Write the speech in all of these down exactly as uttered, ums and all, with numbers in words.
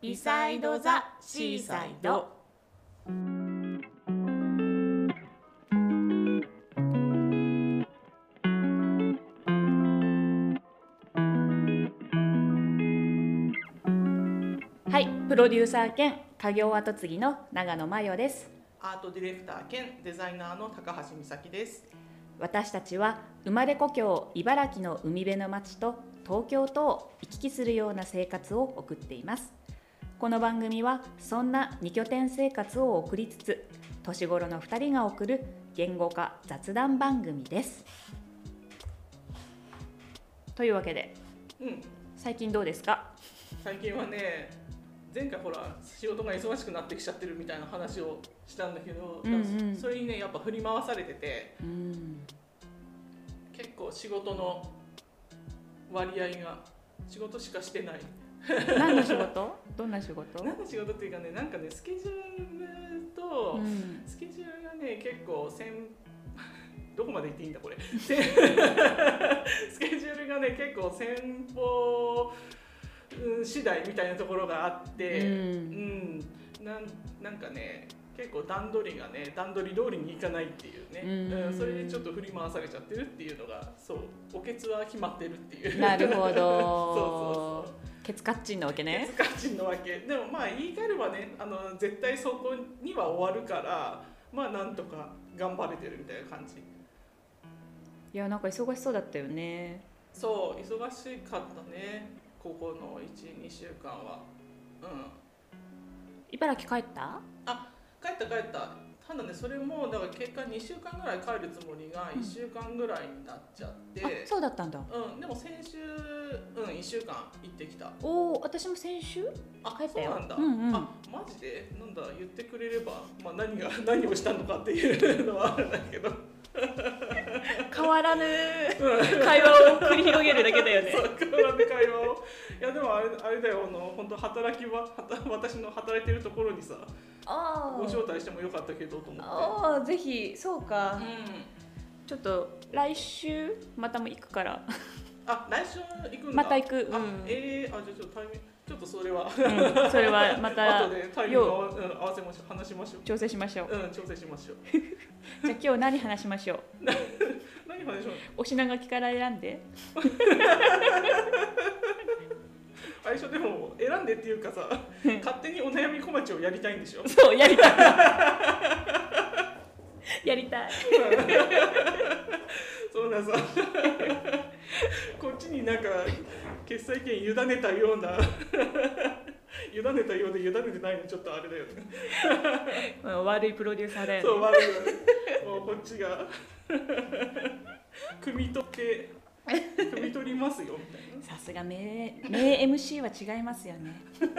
ビサイドザシーサイド。はい、プロデューサー兼家業跡継ぎの長野真代です。 アートディレクター兼デザイナーの高橋美咲です。 私たちは生まれ故郷茨城の海辺の町と東京とを行き来するような生活を送っています。この番組はそんな二拠点生活を送りつつ、年頃のふたりが送る言語化雑談番組です。というわけで、 うん、 最近どうですか？ 最近はね、前回ほら仕事が忙しくなってきちゃってるみたいな話をしたんだけど、うんうん、それにねやっぱ振り回されてて、うん、結構仕事の割合が仕事しかしてない。 何の仕事？どんな仕事？ 何の仕事っていうかね、なんかねスケジュールと、うん、スケジュールがね結構せんどこまで言っていいんだこれスケジュールがね結構先方次第みたいなところがあって、うんうん、な, なんかね結構段取りがね段取り通りにいかないっていうね、うんうん、それでちょっと振り回されちゃってるっていうのが、そうおけつは決まってるっていう。 なるほど。そうそうそう、 ケツカッチンなわけね。 ケツカッチンのわけでもまあ言い換えればね、あの絶対そこには終わるから、まあなんとか頑張れてるみたいな感じ。 いやなんか忙しそうだったよね。 そう忙しかったね、ここの いち、にしゅうかんは。うん。 茨城帰った？ あ、帰った帰った。ただねそれもだから結果にしゅうかんぐらい帰るつもりがいっしゅうかんぐらいになっちゃって、うん、 あ、そうだったんだ。 うん、でも先週、うん、いっしゅうかん行ってきた。 おお、私も先週帰ったよ。 そうなんだ、 うんうん、 あ、マジでなんだ、言ってくれれば、まあ、何が何をしたのかっていうのはあるんだけど変わらぬ会話を繰り広げるだけだよね。 そう変わらぬ会話を。いやでもあれ、あれだよ、あの本当働きは私の働いてるところにさ、ご招待してもよかったけどと思って。 ああ、ぜひ。そうか、うん、ちょっと来週またも行くから。 あ、来週行くんだ。 また行く、うん、 あ、えー、あ、じゃあちょっとタイミングちょっとそれは、 うん、それはまた後でタイミングを合わせましょう、話しましょう、 調整しましょう。 うん、調整しましょう。 じゃあ今日何話しましょう。 何話しましょう。 お品書きから選んで。 最初でも選んでっていうかさ、勝手にお悩み小町をやりたいんでしょ。 そう、やりたい。やりたい。 そうださ。こっちになんか決裁権委ねたような委ねたようで委ねてないのちょっとあれだよね。 悪いプロデューサーだよね。 そう、悪いよね。もうこっちが汲み取って汲み取りますよみたいな。 さすが名名 エムシー は違いますよね。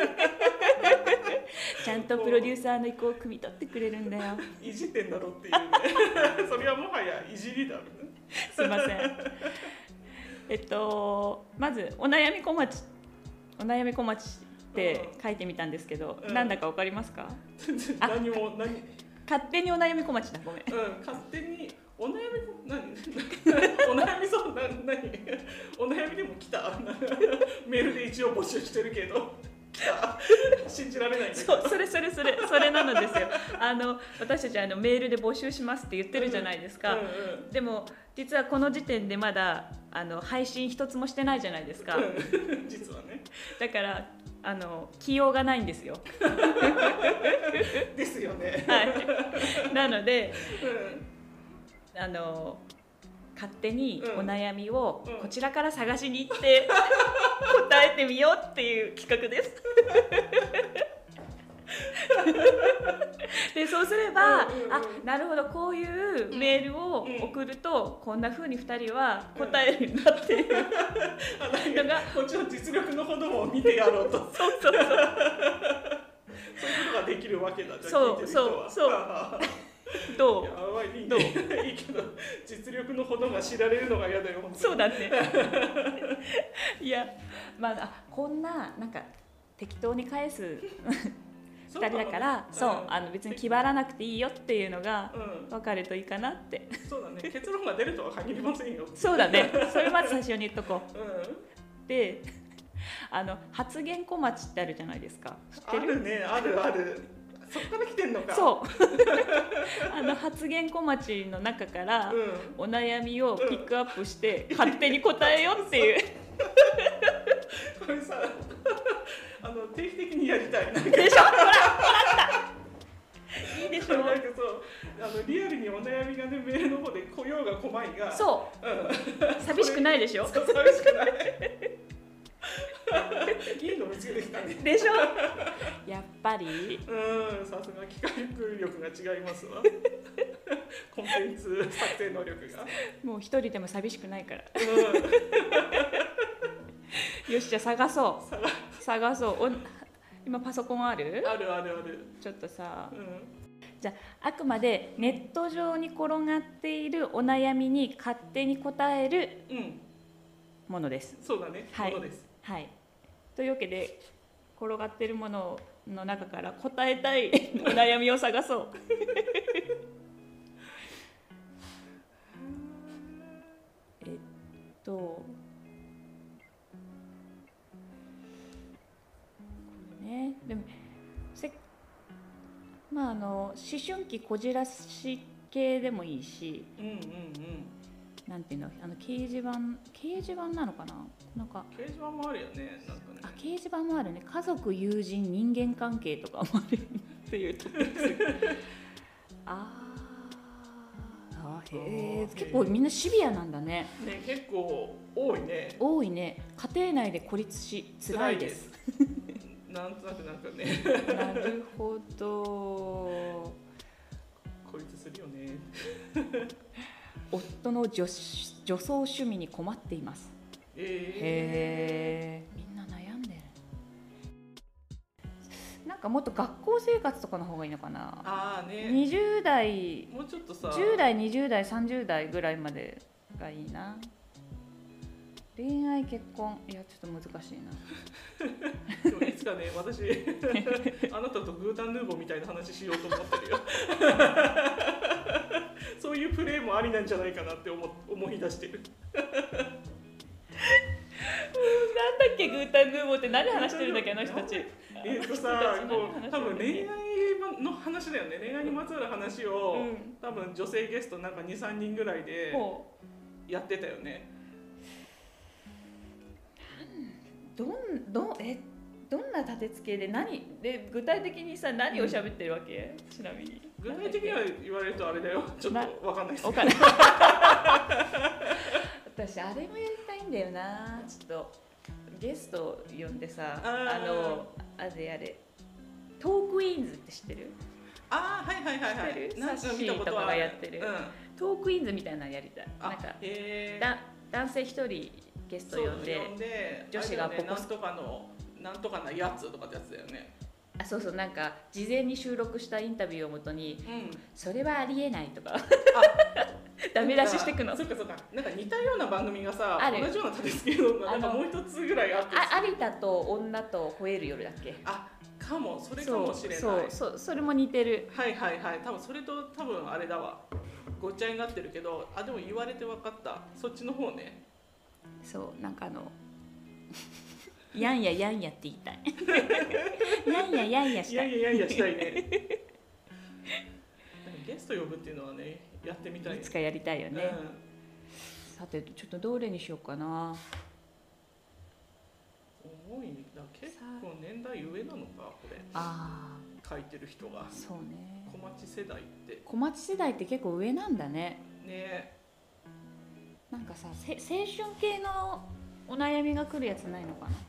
ちゃんとプロデューサーの意向を汲み取ってくれるんだよ。 いじってんだろっていうね。それはもはやいじりだろ。 すいません。えっとまずお悩み小町お悩み小町って書いてみたんですけど、うん、なんだかわかりますか？ 何も何勝手にお悩み小町だ。ごめん。 うん、勝手にお悩み何お悩みそうな何お悩みでも来た。メールで一応募集してるけど。信じられない。 そう、それそれそれそれなのですよ。あの私たちあのメールで募集しますって言ってるじゃないですか、うんうんうん、でも実はこの時点でまだあの配信一つもしてないじゃないですか、うん、 実はね。 だからあの起用がないんですよ。 ですよね、 はい、なので、うん、あの勝手にお悩みをこちらから探しに行って答えてみようっていう企画です。でそうすれば、うんうんうん、あ、なるほど、こういうメールを送ると、うん、こんな風にふたりは答えるんだっていうのが、 こっちの実力のほども見てやろうと。そうそうそう。そういうことができるわけだ。じゃあそうそうそう。どう？ やばい、いいね。いいけど実力のほどが知られるのが嫌だよ。 そうだね。いや、まあこんななんか適当に返すふたりだから、そう、うん、あの別に気張らなくていいよっていうのが分かるといいかなって。 うん、そうだね。結論が出るとは限りませんよ。 そうだね。それまず最初に言っとこう。うん、で、 あの発言小町ってあるじゃないですか。知ってる？ あるね、あるある。そっから来てんのか。 そうあの発言小町の中から、うん、お悩みをピックアップして、うん、勝手に答えよっていうこれさあの定期的にやりたい。 でしょ。ほらほらったいいでしょ。 なんかそうあのリアルにお悩みがねメールの方で来ようが来まいがそう、うん、寂しくないでしょ。 そう寂しくないいいの見つけてきたね。 でしょ。やっぱりうん、さすが企画力が違いますわコンテンツ作成能力がもう一人でも寂しくないから、うん、よしじゃあ探そう探そうお今パソコンある？ あるあるある。 ちょっとさ、うん、じゃああくまでネット上に転がっているお悩みに勝手に答えるものです、 うん、そうだね、はい、ものです。 はい、というわけで転がっているものの中から答えたいお悩みを探そうえっとこれね、でもせまああの思春期こじらし系でもいいし、うんうんうん、なんていうの、あの掲示板掲示板なのかな、なんか掲示板もあるよね、なんかね。 あ、掲示板もあるね。家族、友人、人間関係とかもあるっていうところですああ、へえ、結構みんなシビアなんだね。 ね、結構多いね。 多いね。家庭内で孤立し辛いです。 なんとなくなんかね。 なるほど。 孤立するよね。 夫の女女装趣味に困っています。えー、へー、みんな悩んでる。なんかもっと学校生活とかの方がいいのかな。 あーね、 にじゅう代、 もうちょっとさ、 じゅう代、にじゅう代、さんじゅう代ぐらいまでがいいな。恋愛結婚、いやちょっと難しいな。 でもいつかね、私あなたとグータンヌーボーみたいな話しようと思ってるよそういうプレーもありなんじゃないかなって 思, 思い出してるなんだっけグータンヌーボーって何話してるんだっけあの人たち。 えっとさ、こう多分恋愛の話だよね。恋愛にまつわる話を、うん、多分女性ゲストなんかにさんにんぐらいでやってたよね。 どんどえどんな立て付けで何で具体的にさ何を喋ってるわけ、うん、ちなみに具体的には言われるとあれだよ、ちょっと分かんないですけど私あれもやりたいんだよな。ちょっとゲスト呼んでさ、あのあれあれトークイーンズって知ってる？ ああ、はいはいはいはい。 サッシーとかがやってる、うん、トークイーンズみたいなのやりたい。なんかだ男性一人ゲスト呼ん で, 呼んで女子がポコス、ね、なんとかのなんとかなやつとかってやつだよね。 あ、そうそう、なんか事前に収録したインタビューをもとに、うん、それはありえないとかダメ出ししてくの。 そっかそっか、なんか似たような番組がさ、同じような立て付けのなんかもう一つぐらいあって、 あ、有田と女と吠える夜だっけ。 あ、かも、それかもしれない。 そうそうそう、それも似てる。 はいはいはい、多分それと多分あれだわ、ごっちゃになってるけど、あ、でも言われて分かった、そっちの方ね。 そう、なんかあのやんややんやって言いたいやんややんやしたい、 やんややんやしたいねゲスト呼ぶっていうのはね、やってみたい、 いつかやりたいよね、うん、さてちょっとどれにしようかな。 重いな、結構年代上なのかこれ。 ああ、書いてる人が。 そうね、 小町世代って小町世代って結構上なんだね。 ね、 なんかさ、青春系のお悩みが来るやつないのかな。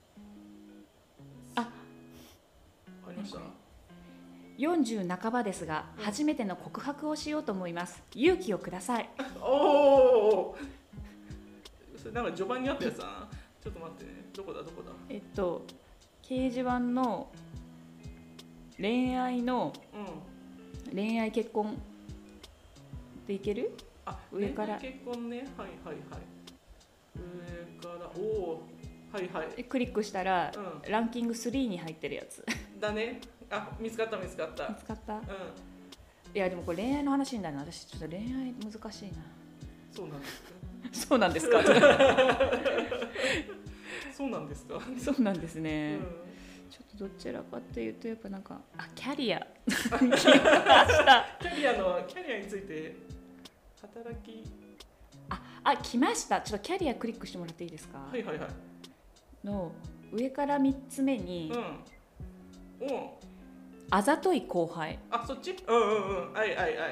あ、 ありました。 よんじゅう半ばですが、うん、初めての告白をしようと思います。勇気をください。 おお、それなんか序盤にあったやつだな。ちょっと待ってね、どこだどこだ。 えっと掲示板の恋愛の、うん、恋愛結婚っていける？ あ、上から結婚ね、はいはいはい。上から、おお、はいはい。 クリックしたら、うん、ランキングスリーに入ってるやつ。 だね。あ、見つかった見つかった。 見つかった。うん。 いやでもこれ恋愛の話になるの、私ちょっと恋愛難しいな。 そうなんです。 そうなんですか。 そうなんですか。 そうなんですね、うん、ちょっとどちらかというとやっぱなんかあキャリア来ましたキャリアのキャリアについて働きああ来ました。ちょっとキャリアクリックしてもらっていいですか。 はいはいはい。 の上からみっつめに、 うんうん、 あざとい後輩。 あそっちうんうんうんはいはいはい。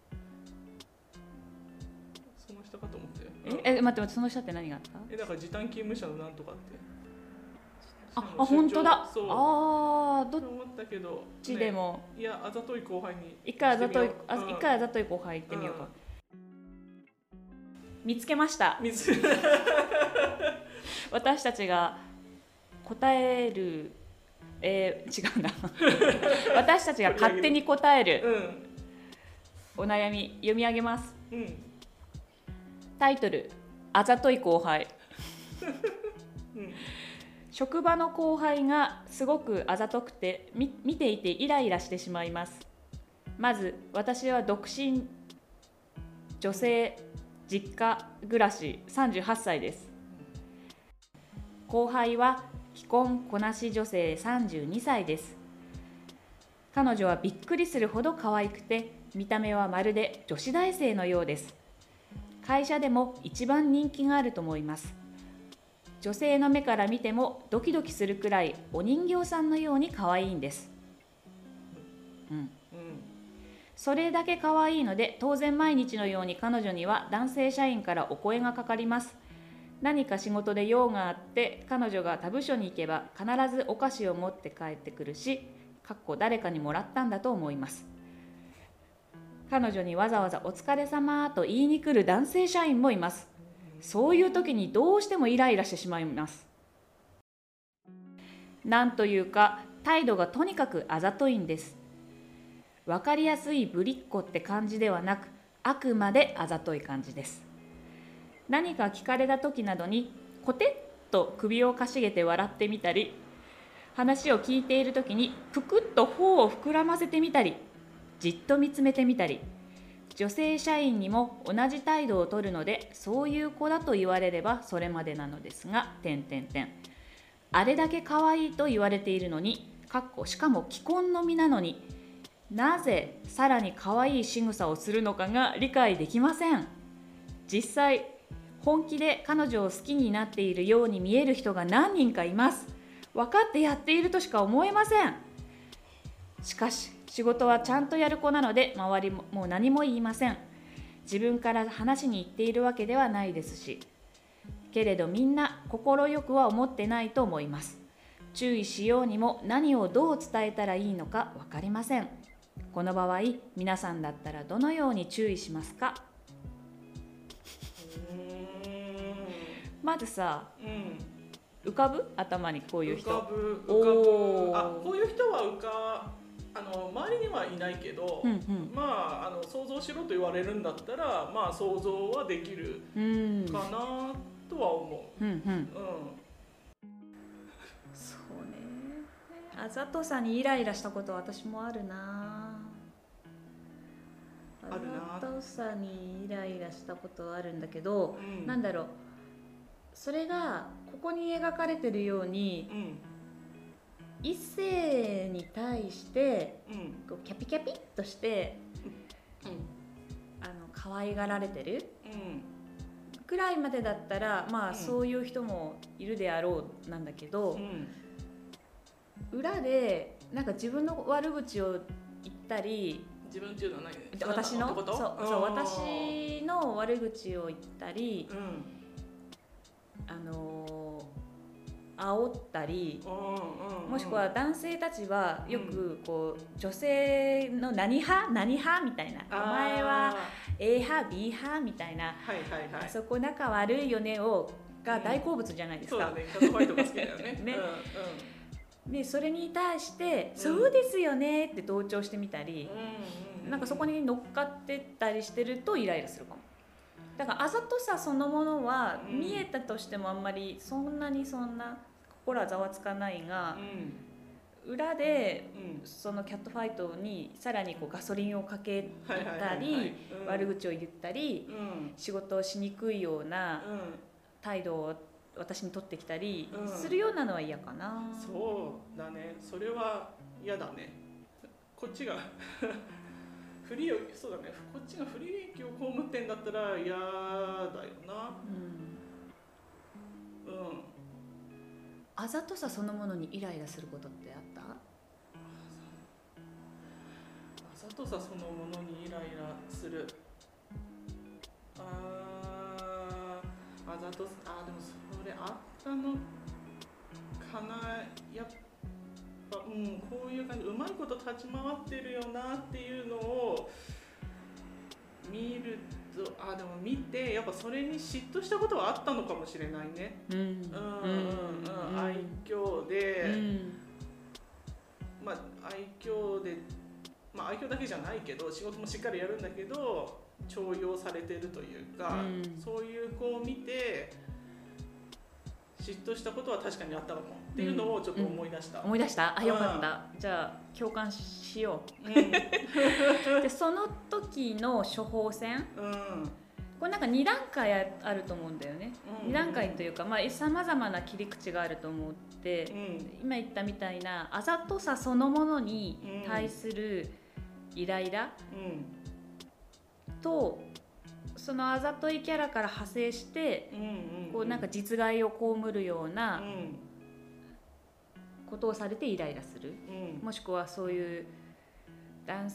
その下かと思って、 うん、ええ待って待ってその下って何があった。 えだから時短勤務者のなんとかって。 ああ本当だ。 そうああどっ思ったけどちでも、 ね、いやあざとい後輩に一回あざとい、 うん、 一回あざとい後輩行ってみようか、うん、見つけました。 見つ私たちが答える、えー、違うな私たちが勝手に答えるお悩み読み上げます、うん、タイトルあざとい後輩、うん、職場の後輩がすごくあざとくてみ見ていてイライラしてしまいます。まず私は独身女性実家暮らしさんじゅうはっさいです。後輩は既婚こなし女性さんじゅうにさいです。彼女はびっくりするほど可愛くて見た目はまるで女子大生のようです。会社でも一番人気があると思います。女性の目から見てもドキドキするくらいお人形さんのように可愛いんです、うんうん、それだけ可愛いので当然毎日のように彼女には男性社員からお声がかかります。何か仕事で用があって彼女が他部署に行けば必ずお菓子を持って帰ってくるし、かっこ誰かにもらったんだと思います。彼女にわざわざお疲れ様と言いに来る男性社員もいます。そういう時にどうしてもイライラしてしまいます。なんというか態度がとにかくあざといんです。わかりやすいぶりっ子って感じではなく、あくまであざとい感じです。何か聞かれた時などにコテッと首をかしげて笑ってみたり、話を聞いている時にぷくっと頬を膨らませてみたり、じっと見つめてみたり、女性社員にも同じ態度をとるので、そういう子だと言われればそれまでなのですが、点点点あれだけ可愛いと言われているのに、かっこしかも既婚の身なのに、なぜさらに可愛い仕草をするのかが理解できません。実際本気で彼女を好きになっているように見える人が何人かいます。分かってやっているとしか思えません。しかし仕事はちゃんとやる子なので周りももう何も言いません。自分から話しに行っているわけではないですし、けれどみんな心よくは思ってないと思います。注意しようにも何をどう伝えたらいいのか分かりません。この場合皆さんだったらどのように注意しますか。まずさ、うん、浮かぶ頭にこういう人。 浮かぶ浮かぶ。あ、こういう人は浮かあの周りにはいないけど、うんうん、まああの想像しろと言われるんだったら、まあ想像はできるかなとは思う。うんうんうん、 そうね。あざとさにイライラしたことは私もあるな。あざとさにイライラしたことはあるんだけど、うん、なんだろう。それがここに描かれてるように、うん、異性に対して、うん、こうキャピキャピっとして、うん、あの可愛がられてる、うん、くらいまでだったらまあ、うん、そういう人もいるであろうなんだけど、うん、裏でなんか自分の悪口を言ったり、 自分っていうのは何？ 私のそうそう私の悪口を言ったり、うんあのー、煽ったり、うんうん、もしくは男性たちはよくこう、うん、女性の何派何派みたいな、お前は A 派 B 派みたいな、はいはいはい、そこ仲悪いよねをが大好物じゃないですか、うん、そうだね、 キャットファイトが好きだよねね、 うんうん、でそれに対して、うん、そうですよねって同調してみたり、うん、なんかそこに乗っかってったりしてるとイライラするかも。だからあざとさそのものは見えたとしてもあんまりそんなにそんな心はざわつかないが、うん、裏でそのキャットファイトにさらにこうガソリンをかけたり悪口を言ったり、うん、仕事をしにくいような態度を私に取ってきたりうんするようなのは嫌かな。 そうだね、それは嫌だね。こっちが不利益、そうだね、こっちが不利益を被ってんだったら嫌だよな。 うん、 うん。 あざとさそのものにイライラすることってあった？ あざとさそのものにイライラする。あー、あざとさ、あーでもそれあったのかな。やっぱ、うん、こういう感じ、うまいこと立ち回ってるよなっていうのを見ると、あ、でも見てやっぱそれに嫉妬したことはあったのかもしれないね。 うんうんうんうんうん、愛嬌で、 うん、 まあ愛嬌で、まあ愛嬌だけじゃないけど仕事もしっかりやるんだけど重用されてるというか、うん、そういう子を見て嫉妬したことは確かにあったかもっていうのをちょっと思い出した、 うんうん、思い出した。あ、よかった、うん、じゃあ共感しよう、うん、でその時の処方箋、うん、これなんかに段階あると思うんだよね、うん、に段階というかさまざ、まな切り口があると思って、うん、今言ったみたいなあざとさそのものに対するイライラ、うん、とそのあざといキャラから派生して、うんうんうん、こうなんか実害を被るようなことをされてイライラする、うん、もしくはそういう男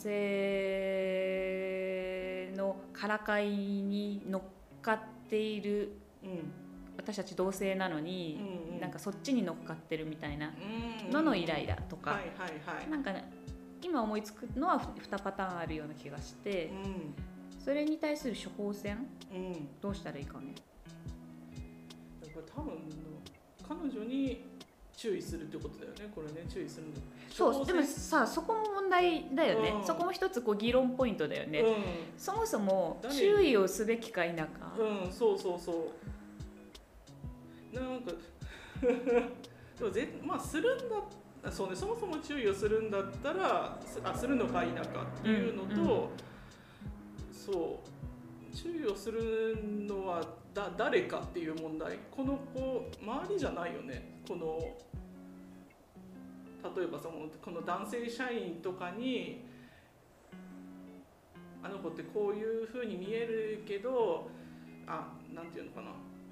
性のからかいに乗っかっている、うん、私たち同性なのに、うんうん、なんかそっちに乗っかってるみたいなののイライラとか、なんか、ね、今思いつくのはにパターンあるような気がして、うん、それに対する処方箋、うん、どうしたらいいかね。 これ多分彼女に注意するってことだよね。これね、注意するの。 そう、でもさ、そこも問題だよね、うん、そこも一つこう議論ポイントだよね、うん、そもそも注意をすべきか否か。 うん、そうそうそう。なんかでもぜ、まあ、するんだ、そうね、そもそも注意をするんだったらあするのか否かっていうのと、うんうん、そう注意をするのはだ誰かっていう問題。この子周りじゃないよね。この例えばそのこの男性社員とかにあの子ってこういう風に見えるけど、あ、なんていうのかな、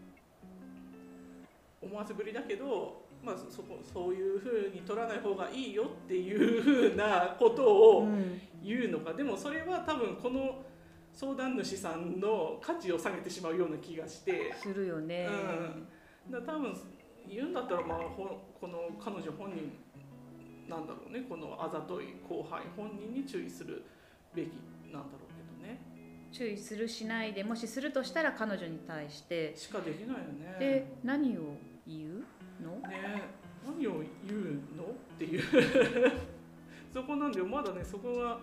思わせぶりだけど、まあ、そこそういう風に取らない方がいいよっていう風なことを言うのか、うん、でもそれは多分この相談主さんの価値を下げてしまうような気がしてするよね、 うん、だ多分言うんだったら、まあ、この彼女本人なんだろうね、このあざとい後輩本人に注意するべきなんだろうけどね。 注意するしないで、もしするとしたら彼女に対してしかできないよね。 で、何を言うの？ ね、何を言うのっていうそこなんだよ。まだね、そこが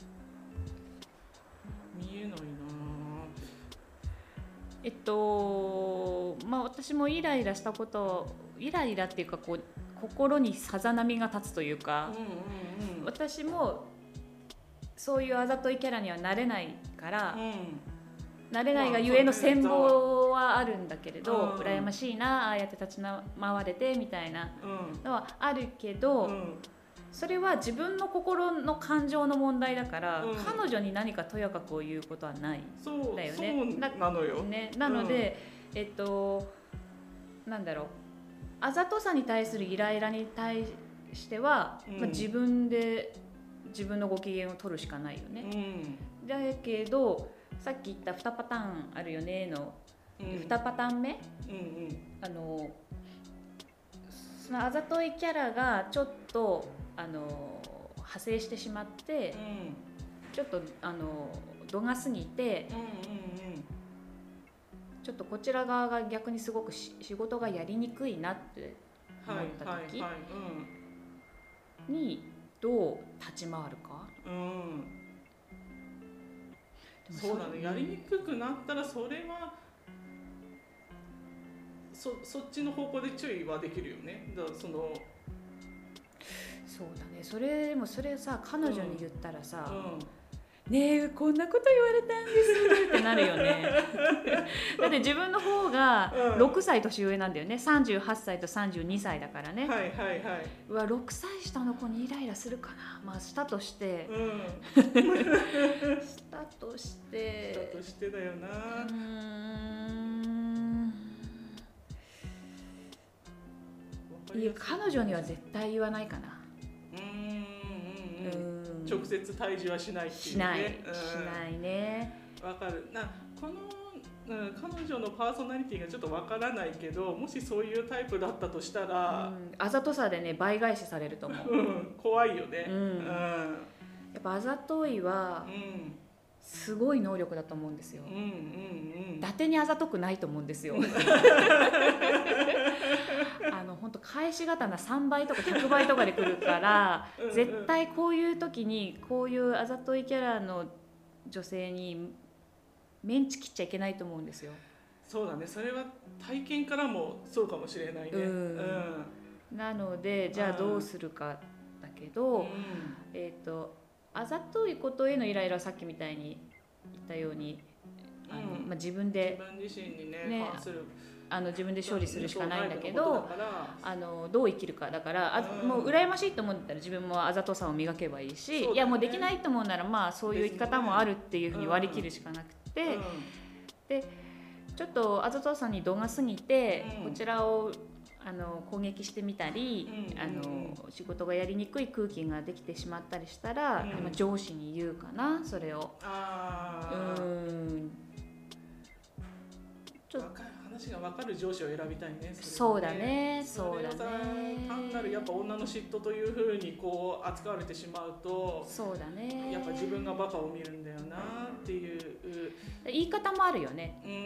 見えないな。 えっとまあ私もイライラしたことイライラっていうかこう心にさざ波が立つというか、うんうんうん、私もそういうあざといキャラにはなれないから、うん、なれないがゆえの羨望はあるんだけれど、まあ、羨ましいな、ああやって立ち回れてみたいなのはあるけど、うん、それは自分の心の感情の問題だから、うん、彼女に何かとやかくを言うことはないんだよね。 そうなのよ、 ね、なので、うん、えっとなんだろう、あざとさに対するイライラに対しては、うん、まあ、自分で自分のご機嫌を取るしかないよね、うん、だけどさっき言ったにパターンあるよねの、うん、にパターン目、うんうん、あのそのあざといキャラがちょっとあの派生してしまって、うん、ちょっとあの度が過ぎて、うんうんうん、ちょっとこちら側が逆にすごく仕事がやりにくいなって思った時にどう立ち回るか、うん、 そうだね、やりにくくなったらそれは そ, そっちの方向で注意はできるよね。だからそのそうだね、それでもそれさ彼女に言ったらさ、うんうん、 ねえこんなこと言われたんですってなるよねだって自分の方がろくさい年上なんだよね。さんじゅうはっさいとさんじゅうにさいだからね。 はいはいはい。 うわろくさい下の子にイライラするかな。まあしたとして、うん、したとしてしたとしてだよな。うーんいや彼女には絶対言わないかな。 うーんうんうん直接対峙はしないっていうね。 しない、うん、しないね。 わかるな。この、うん、彼女のパーソナリティがちょっとわからないけど、もしそういうタイプだったとしたら、 うん、あざとさでね倍返しされると思う、 うん、怖いよね、うんうん、 やっぱあざといはすごい能力だと思うんですよ、うんうんうん、伊達にあざとくないと思うんですよあの本当返し刀さんばいとかひゃくばいとかで来るからうん、うん、絶対こういう時にこういうあざといキャラの女性にメンチ切っちゃいけないと思うんですよ。 そうだね、それは体験からもそうかもしれないね、うんうん、なのでじゃあどうするかだけど、うん、えーと、あざといことへのイライラはさっきみたいに言ったようにあの、うんまあ、自分で自分自身にね、 ね関するあの自分で処理するしかないんだけど、あのどう生きるかだからあ、うん、もう羨ましいと思ったら自分もあざとさを磨けばいいし、ね、いやもうできないと思うならまあそういう生き方もあるっていうふうに割り切るしかなくて、うんうん、でちょっとあざとさに度が過ぎて、うん、こちらをあの攻撃してみたり、うん、あの仕事がやりにくい空気ができてしまったりしたら、うん、上司に言うかなそれを。 あうんちょっと話が分かる上司を選びたいね。 そうだね。そうだね。 単なるやっぱ女の嫉妬というふうにこう扱われてしまうと、 そうだね。 やっぱ自分がバカを見るんだよなっていう言い方もあるよね。 うん。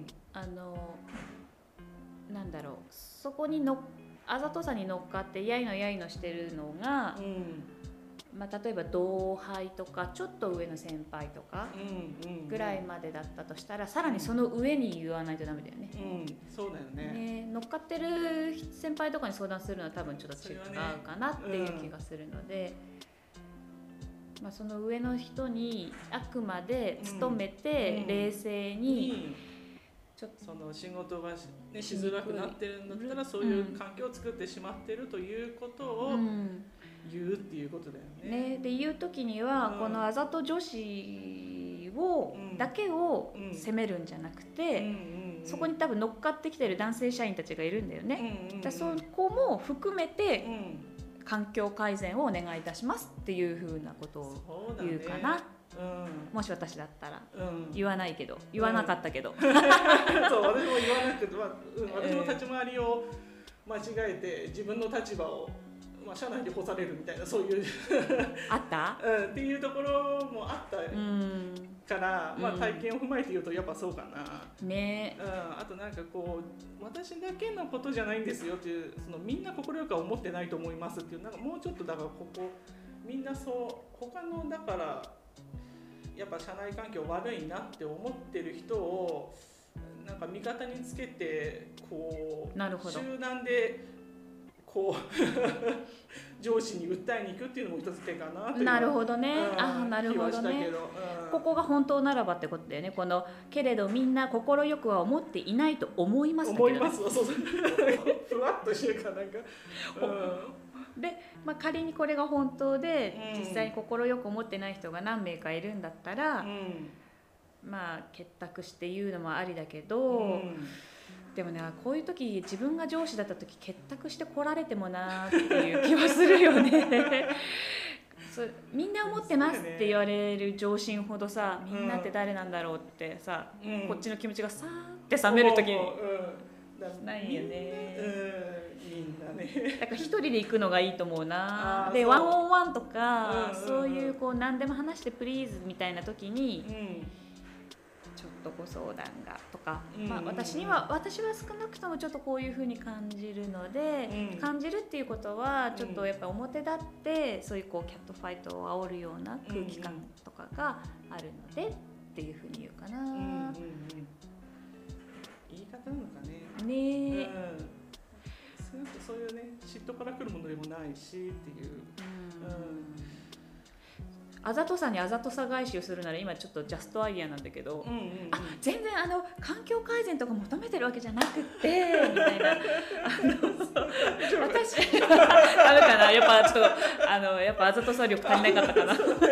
あのなんだろう。そこにのあざとさに乗っかってやいのやいのしてるのが。うんまあ、例えば同輩とかちょっと上の先輩とかぐらいまでだったとしたらさらにその上に言わないとダメだよね、 うん、そうだよね。 ね乗っかってる先輩とかに相談するのは多分ちょっと違うかなっていう気がするので、ねうんまあ、その上の人にあくまで努めて冷静に、 ちょっとその仕事が、ね、しづらくなってるんだったらそういう環境を作ってしまってるということを、うん言うっていうことだよね。 ねで言う時には、うん、このあざと女子を、うん、だけを責めるんじゃなくて、うん、そこに多分乗っかってきてる男性社員たちがいるんだよね。うん、だそこも含めて、うん、環境改善をお願いいたしますっていうふうなことを言うかな。うん、もし私だったら、うん、言わないけど言わなかったけど、うん、そう私も言わなくて、まあ、私も立ち回りを間違えて自分の立場をまあ、社内で干されるみたいなそういうあった、 うん、っていうところもあったから、うんまあ、体験を踏まえて言うとやっぱそうかな、 ねうん、あとなんかこう私だけのことじゃないんですよっていうそのみんな快くは思ってないと思いますっていうなんかもうちょっとだからここみんなそう他のだからやっぱ社内環境悪いなって思ってる人をなんか味方につけてこうなるほど集団でこう上司に訴えに行くっていうのも一つ手かなというなるほどね、うん、あなるほどね、うん、ここが本当ならばってことだよね。このけれどみんな快くは思っていないと思いますだけど、ね、 思いますそうそうふわっとしてるかなんか、 うん、で、まあ、仮にこれが本当で、うん、実際に快く思ってない人が何名かいるんだったら、うん、まあ結託して言うのもありだけど、うんでもねこういう時自分が上司だった時結託して来られてもなっていう気はするよねそうみんな思ってますって言われる上司ほどさ、みんなって誰なんだろうってさ、うん、こっちの気持ちがさーって冷める時に、うん、ないよね、 うん、みんなねだから一人で行くのがいいと思うな。でワンオンワンとか、うんうんうん、そういうこう何でも話してプリーズみたいな時に、うんちょっとご相談がとか、まあ、私には私は少なくともちょっとこういう風に感じるので、うん、感じるっていうことはちょっとやっぱ表立ってそういうこうキャットファイトを煽るような空気感とかがあるのでっていう風に言うかな、うんうんうん、 言い方なのかねねえ、 うん、そういうね嫉妬から来るものでもないしっていう、うんうんあざとさにあざとさ返しをするなら今ちょっとジャストアイディアなんだけど、 うんうんうん、 あ全然あの環境改善とか求めてるわけじゃなくてみたいなあの私ダメかなやっぱちょっとあのやっぱあざとさ力足りなかったかなそれはもう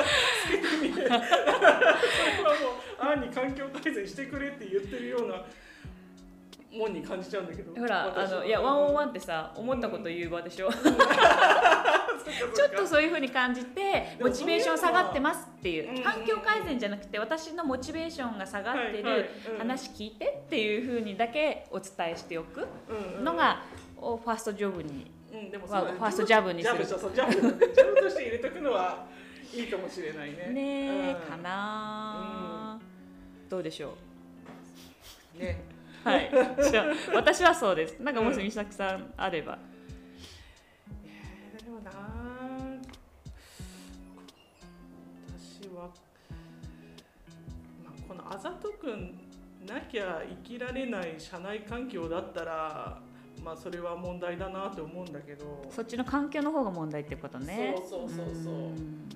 案に環境改善してくれって言ってるようなもんに感じちゃうんだけど、 ほらあのいやワンオンワンってさ思ったこと言う場でしょ、うん、ちょっとそういう風に感じてモチベーション下がってますっていう、環境改善じゃなくて私のモチベーションが下がってる話聞いてっていう風にだけお伝えしておくのがファーストジョブに、うん、でもファーストジャブにする、 ジャブそうジャブジャブとして入れとくのはいいかもしれないね。 ねえ、うん、かな、うん、どうでしょうね。 はい、じゃあ私はそうです。なんかもし美咲さんあれば、 うん、えー、でもな私は、まあ、このあざとくなきゃ生きられない社内環境だったら、まあ、それは問題だなと思うんだけど、 そっちの環境の方が問題ってことね。 そうそうそうそう、うん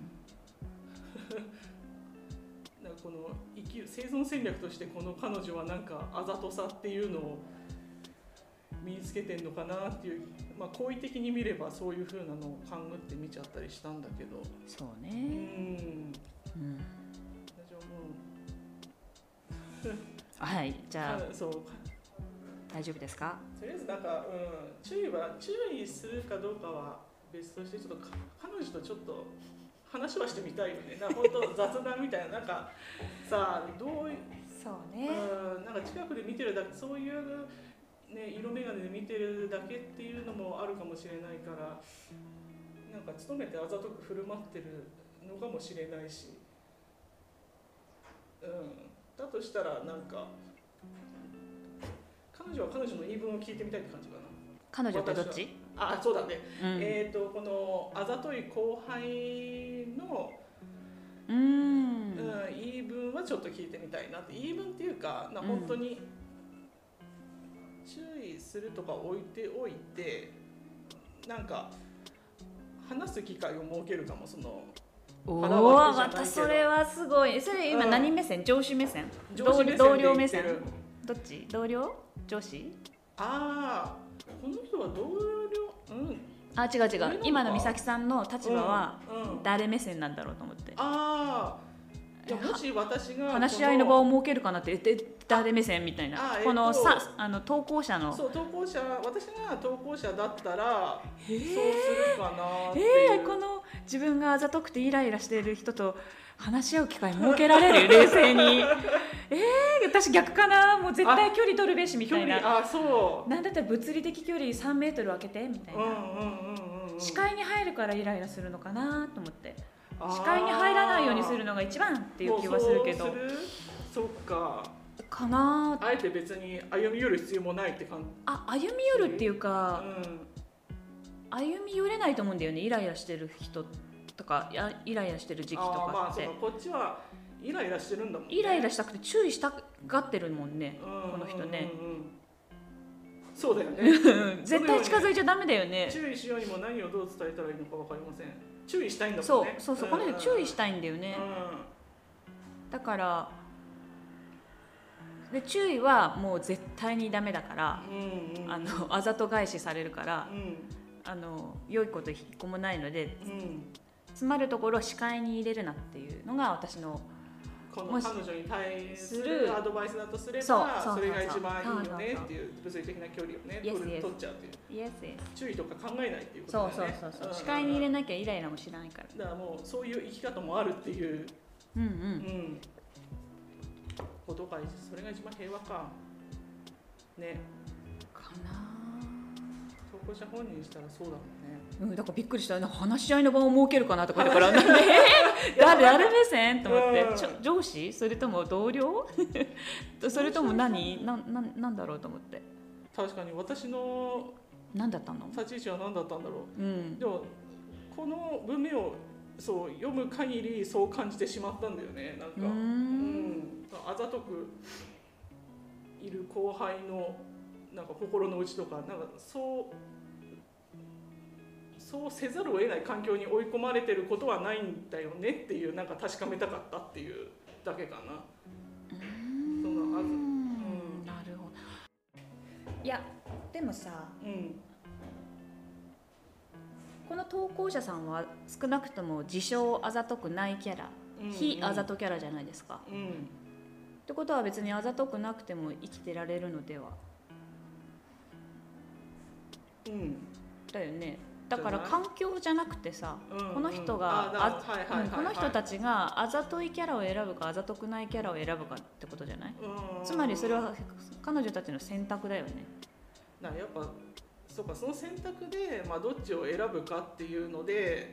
この生きる生存戦略としてこの彼女はなんかあざとさっていうのを身につけてんのかなっていう、まあ好意的に見ればそういう風なのを勘ぐって見ちゃったりしたんだけど、 そうね、 うん、うん、私はもうはいじゃあそう大丈夫ですか。 とりあえずなんか、うん、注意は注意するかどうかは別としてちょっと彼女とちょっと話はしてみたいよね。なんか本当雑談みたいな、なんかさあどういうそうね、 うん、なんか近くで見てるだけ、そういうね色眼鏡で見てるだけっていうのもあるかもしれないから、なんか努めてあざとく振る舞ってるのかもしれないし、うん、だとしたらなんか彼女は彼女の言い分を聞いてみたいって感じかな。 彼女ってどっち？ あ、そうだね、うん、えっ、ー、とこのあざとい後輩のうん、うん、 言い分はちょっと聞いてみたいなって。言い分っていうか、な本当に注意するとか置いておいて、なんか話す機会を設けるかも。そのおお、またそれはすごい。それ今何目線？上司目線？ 上司目線同僚目線？どっち？同僚？上司？ ああ、この人は同僚？うん。 あ、違う違う。今の美咲さんの立場は誰目線なんだろうと思って。 ああ。いやもし私が話し合いの場を設けるかなって言って誰目線みたいな、このさあの投稿者のそう投稿者私が投稿者だったら、えー、そうするかなっていう、 えー、この自分があざとくてイライラしている人と話し合う機会設けられる冷静にえー、私逆かな、もう絶対距離取るべしみたいな。 あ、そう。 なんだったら物理的距離さんメートル空けてみたいな、うんうんうんうん、視界に入るからイライラするのかなと思って。視界に入らないようにするのが一番っていう気はするけど。 そうする？そっか。 かな。 あえて別に歩み寄る必要もないって感じ。 あ、歩み寄るっていうか、うん、歩み寄れないと思うんだよね。イライラしてる人とか、イライラしてる時期とかって。あ、 まあそうか、こっちはイライラしてるんだもんね。 イライラしたくて注意したがってるもんね、うん、この人ね。 うんうんうん、そうだよね。 絶対近づいちゃダメだよね。 注意しようにも何をどう伝えたらいいのか分かりません。注意したいんだもんね。 そうそうそう、この人注意したいんだよね、うん、だからで注意はもう絶対にダメだから、うんうん、あのあざと返しされるから、うん、あの良いこと一個もないので、うん、詰まるところを視界に入れるなっていうのが私のこの彼女に対するアドバイスだとすれば、そ, それが一番いいよねっていう、物理的な距離をね、yes, 取, yes. 取っちゃうっていう、yes, yes. 注意とか考えないっていうことだよね。 そうそうそうそう、視界に入れなきゃイライラもしないから。 だからもうそういう生き方もあるっていう、うんうんうん、ことがそれが一番平和かね。 かな。 投稿者本人したらそうだもんね。 うん、だからびっくりした。話し合いの場を設けるかなとか言ってから誰誰目線と思って、うん、ちょ上司それとも同僚それとも何なななんだろうと思って。 確かに私の何だったの立ち位置は何だったんだろう、うん、でもこの文面をそう読む限りそう感じてしまったんだよね。なんかうん、うん、あざとくいる後輩のなんか心の内とか、なんかそうそうせざるを得ない環境に追い込まれてることはないんだよねっていう、なんか確かめたかったっていうだけかな。 うーんそのあず、うん、 なるほど。いやでもさ、 うん、 この投稿者さんは少なくとも自称あざとくないキャラ、 うんうん、 非あざとキャラじゃないですか、 うん、 ってことは別にあざとくなくても生きてられるのでは、 うん、 だよね。だから環境じゃなくてさ、 うんうん、 この人がこの人たちがあざといキャラを選ぶかあざとくないキャラを選ぶかってことじゃない？ うん、 つまりそれは彼女たちの選択だよね。 だからやっぱそうか、その選択で、まあ、どっちを選ぶかっていうので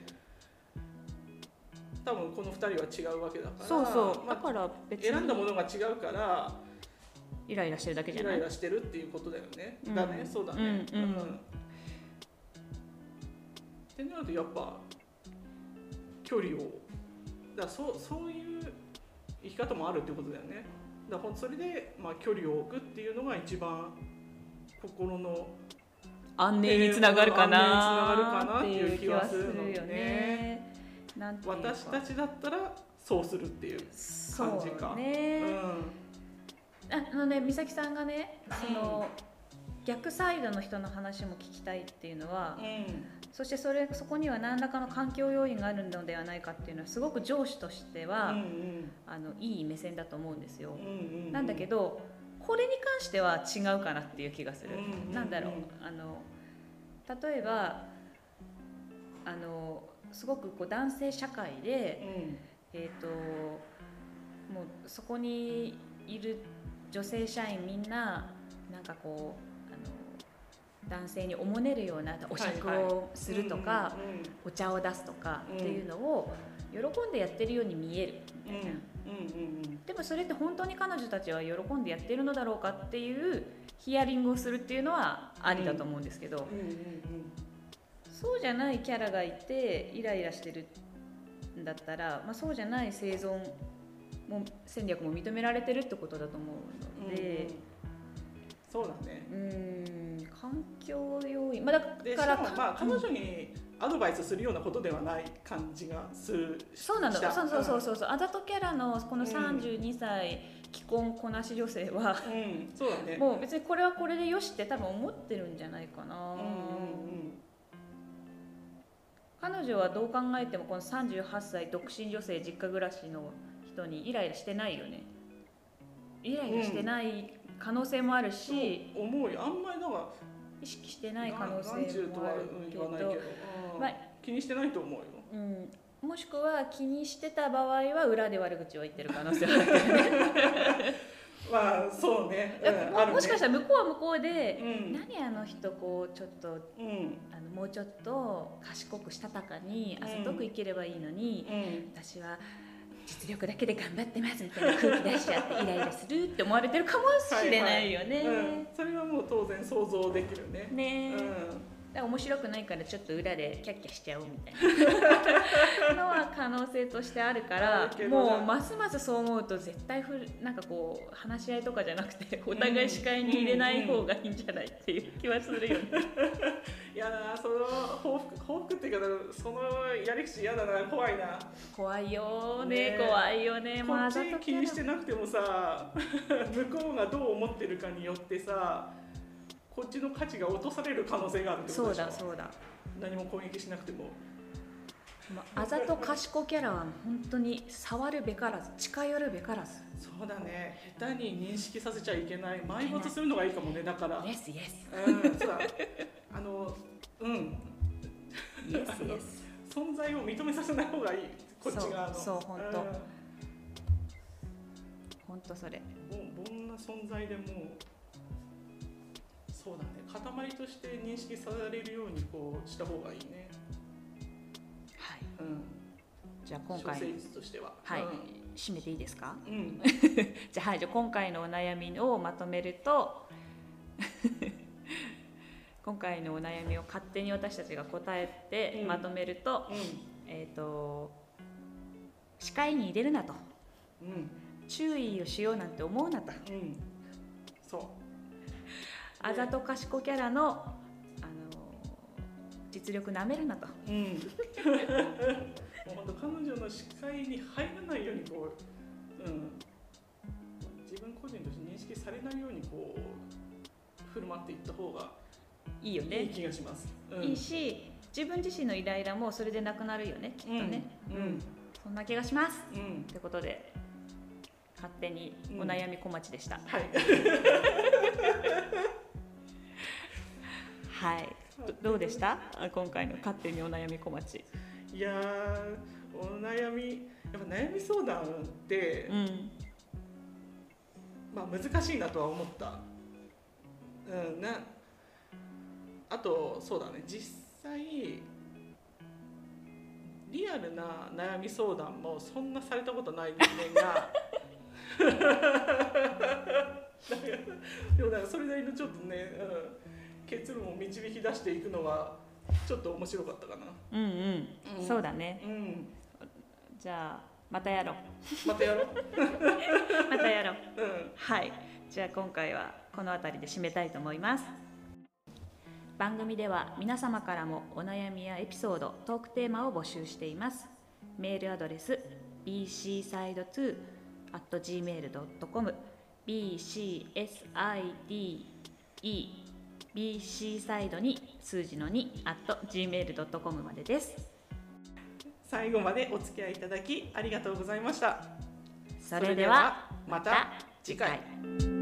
多分このふたりは違うわけだから、 そうそう、 まあ、 だから別に選んだものが違うからイライラしてるだけじゃない？ イライラしてるっていうことだよね、 うん、 だね、そうだね、 うんうん、 ってなるとやっぱ距離をだから そ, そういう生き方もあるっていうことだよね。だからそれで、まあ、距離を置くっていうのが一番心の安寧につながるかなっていう気はするのよね。なんていうか私たちだったらそうするっていう感じか。 そうね、うん、あのね、美咲さんがね、その、うん、逆サイドの人の話も聞きたいっていうのは、うん、そしてそれそこには何らかの環境要因があるのではないかっていうのはすごく上司としては、うんうん、あのいい目線だと思うんですよ、うんうんうん、なんだけどこれに関しては違うかなっていう気がする、うんうんうん、なんだろう、あの例えばあのすごくこう男性社会で、うん、えーと、もうそこにいる女性社員みんななんかこうあの男性におもねるようなお酌をするとか、はいはい、お茶を出すとかっていうのを喜んでやってるように見えるみたいな、うんうんうん、でもそれって本当に彼女たちは喜んでやってるのだろうかっていうヒアリングをするっていうのはありだと思うんですけど、うんうんうんうん、そうじゃないキャラがいてイライラしてるんだったら、まあ、そうじゃない生存も戦略も認められてるってことだと思うので、うんうん、 そうだね、 うーん、環境要因、まあ、だからまあ彼女にアドバイスするようなことではない感じがする。 そうなの、そうそうそうそうそう、あざとキャラのこのさんじゅうにさい、うん、既婚こなし女性は、 うん、そうだね、 もう別にこれはこれでよしって多分思ってるんじゃないかな、うんうんうん、彼女はどう考えてもこのさんじゅうはっさい独身女性実家暮らしの人にイライラしてないよね。イライラしてない可能性もあるし、 うん、思うよ。あんまりだから意識してない可能性もあるけど、 まあ、気にしてないと思うよ、 うん、もしくは気にしてた場合は裏で悪口を言ってる可能性もあるよねまあそうね、 うん、あるね。もしかしたら向こうは向こうで、うん、何あの人こうちょっと、うん、あのもうちょっと賢くしたたかにあざとく生きればいいのに、うん、私は実力だけで頑張ってますみたいな空気出しちゃってイライラするって思われてるかもしれないよね、はいはい、うん、 それはもう当然想像できるね。 ね、うん、だから面白くないからちょっと裏でキャッキャしちゃおうみたいなのは可能性としてあるからもうますますそう思うと絶対ふなんかこう話し合いとかじゃなくてお互い視界に入れない方がいいんじゃないっていう気はするよねいやだその報復報復っていうかそのやり口嫌だな、怖いな。 怖いよね、ね、怖いよね。 こっち気にしてなくてもさ向こうがどう思ってるかによってさこっちの価値が落とされる可能性があるってことでしょ。 そうだそうだ。 何も攻撃しなくても。 まあ、あざと賢キャラは本当に触るべからず近寄るべからず。 そうだね。下手に認識させちゃいけない。埋没するのがいいかもね。だから。 イエスイエス。 うん、そうだ。あのうん。 イエスイエス。 存在を認めさせない方がいい。こっち側の。 そうそう本当。本当それ。 もうどんな存在でも。そうだね、塊として認識されるようにこうした方がいいね。 はい。 うん。 じゃあ今回処世術としては、 はい、 うん、 締めていいですか？ うん。 じゃあはい、じゃあ今回のお悩みをまとめると、今回のお悩みを勝手に私たちが答えてまとめると、うんうん、えっと視界に入れるなと、うん、注意をしようなんて思うなと。 うん、そう。 あざと賢キャラの、あの実力なめるなと。 うん、もう本当彼女の視界に入らないようにこう、うん、自分個人として認識されないようにこう振る舞っていった方がいいよね。 いい気がします。 うん、いいし、自分自身のイライラもそれでなくなるよね、きっとね。うん、うん、そんな気がします。うん、ということで勝手にお悩み小町でした。うん、はい。はい。ど, どうでした今回の勝手にお悩み小町。 いやー、お悩みやっぱ悩み相談って、うん、まあ難しいなとは思った。うん、なあとそうだね、実際リアルな悩み相談もそんなされたことない人間がでもなんかそれなりのちょっとね、うん、結論を導き出していくのはちょっと面白かったかな。 うんうん、うん、そうだね、うん、じゃあまたやろうまたやろうまたやろう、うん、はい。じゃあ今回はこの辺りで締めたいと思います。番組では皆様からもお悩みやエピソード、トークテーマを募集しています。メールアドレス ビーシーサイドツー アット ジーメール ドット コム ビーシーエスアイディーイー ビーシー サイドに数字のに アット ジーメール ドット コム までです。 最後までお付き合いいただきありがとうございました。 それではまた次回。